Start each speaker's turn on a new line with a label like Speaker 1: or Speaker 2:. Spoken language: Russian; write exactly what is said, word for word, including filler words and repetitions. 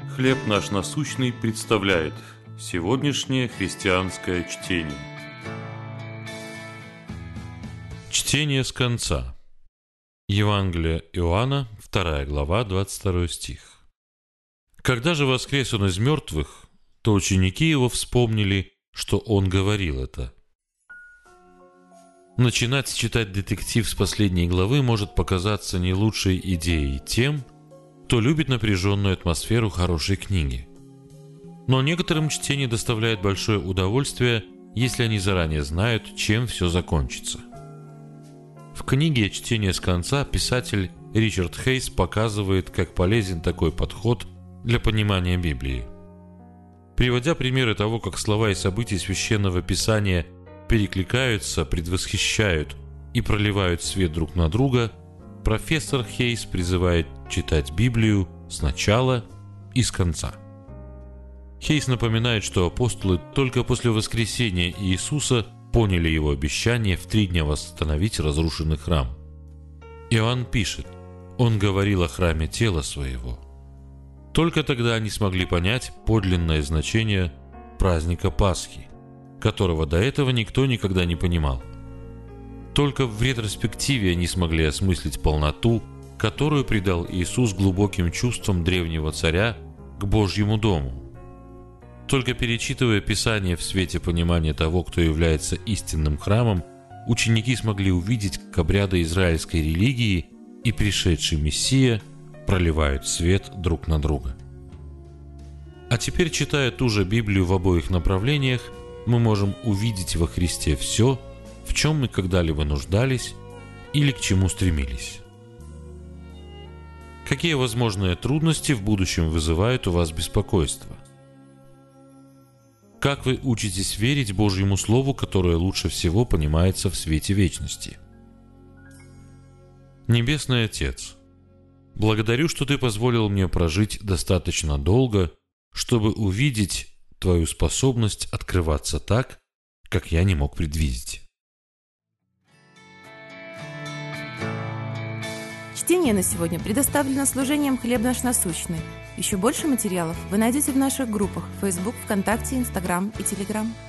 Speaker 1: «Хлеб наш насущный» представляет сегодняшнее христианское чтение. Чтение с конца. Евангелие Иоанна, вторая глава, двадцать второй стих. Когда же воскрес он из мертвых, то ученики его вспомнили, что он говорил это. Начинать читать детектив с последней главы может показаться не лучшей идеей тем, кто любит напряженную атмосферу хорошей книги. Но некоторым чтение доставляет большое удовольствие, если они заранее знают, чем все закончится. В книге «Чтение с конца» писатель Ричард Хейс показывает, как полезен такой подход для понимания Библии. Приводя примеры того, как слова и события Священного Писания перекликаются, предвосхищают и проливают свет друг на друга, профессор Хейс призывает читать Библию с начала и с конца. Хейс напоминает, что апостолы только после воскресения Иисуса поняли его обещание в три дня восстановить разрушенный храм. Иоанн пишет: «Он говорил о храме тела своего». Только тогда они смогли понять подлинное значение праздника Пасхи, которого до этого никто никогда не понимал. Только в ретроспективе они смогли осмыслить полноту, которую придал Иисус глубоким чувствам древнего царя к Божьему дому. Только перечитывая Писание в свете понимания того, кто является истинным храмом, ученики смогли увидеть, как обряды израильской религии и пришедший Мессия проливают свет друг на друга. А теперь, читая ту же Библию в обоих направлениях, мы можем увидеть во Христе все, в чем мы когда-либо нуждались или к чему стремились. Какие возможные трудности в будущем вызывают у вас беспокойство? Как вы учитесь верить Божьему Слову, которое лучше всего понимается в свете вечности? Небесный Отец, благодарю, что Ты позволил мне прожить достаточно долго, чтобы увидеть Твою способность открываться так, как я не мог предвидеть.
Speaker 2: Чтение на сегодня предоставлено служением «Хлеб наш насущный». Еще больше материалов вы найдете в наших группах Facebook, ВКонтакте, Инстаграм и Телеграм.